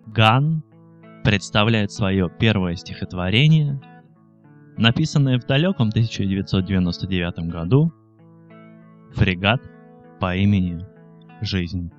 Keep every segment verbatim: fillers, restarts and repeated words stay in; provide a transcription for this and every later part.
Ган представляет свое первое стихотворение, написанное в далеком тысяча девятьсот девяносто девятом году, «Фрегат по имени Жизнь».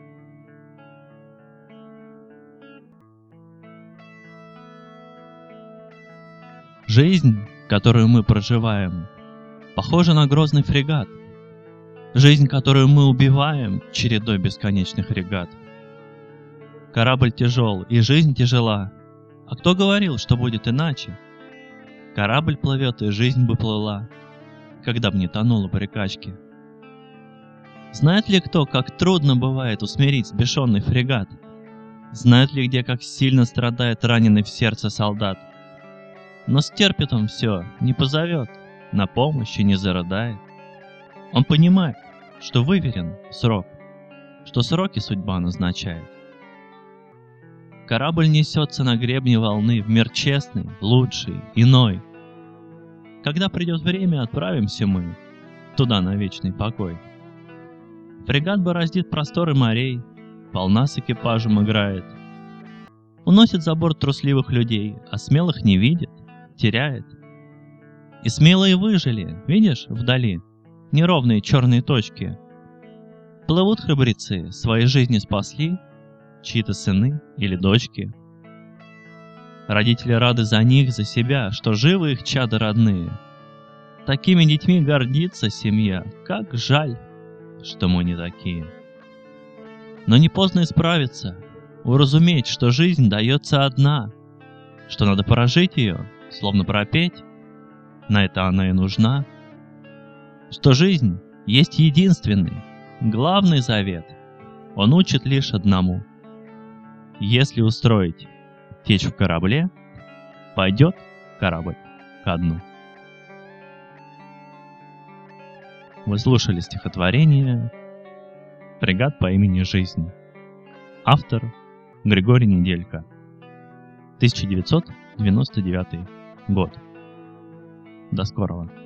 Жизнь, которую мы проживаем, похожа на грозный фрегат. Жизнь, которую мы убиваем чередой бесконечных регат. Корабль тяжел, и жизнь тяжела. А кто говорил, что будет иначе? Корабль плывет, и жизнь бы плыла, когда б не тонула по рекачке. Знает ли кто, как трудно бывает усмирить сбешенный фрегат? Знает ли где, как сильно страдает раненый в сердце солдат? Но стерпит он все, не позовет, на помощь и не зарыдает. Он понимает, что выверен срок, что сроки судьба назначает. Корабль несется на гребне волны в мир честный, лучший, иной. Когда придет время, отправимся мы туда на вечный покой. Фрегат бороздит просторы морей, волна с экипажем играет. Уносит за борт трусливых людей, а смелых не видит, теряет. И смелые выжили, видишь, вдали неровные черные точки. Плывут храбрецы, свои жизни спасли чьи-то сыны или дочки. Родители рады за них, за себя, что живы их чада родные. Такими детьми гордится семья, как жаль, что мы не такие. Но не поздно исправиться, уразуметь, что жизнь дается одна, что надо прожить ее, словно пропеть, на это она и нужна, что жизнь есть единственный, главный завет, он учит лишь одному. Если устроить течь в корабле, пойдет корабль ко дну. Вы слушали стихотворение «Фрегат по имени Жизнь». Автор Григорий Неделько. тысяча девятьсот девяносто девятый год. До скорого.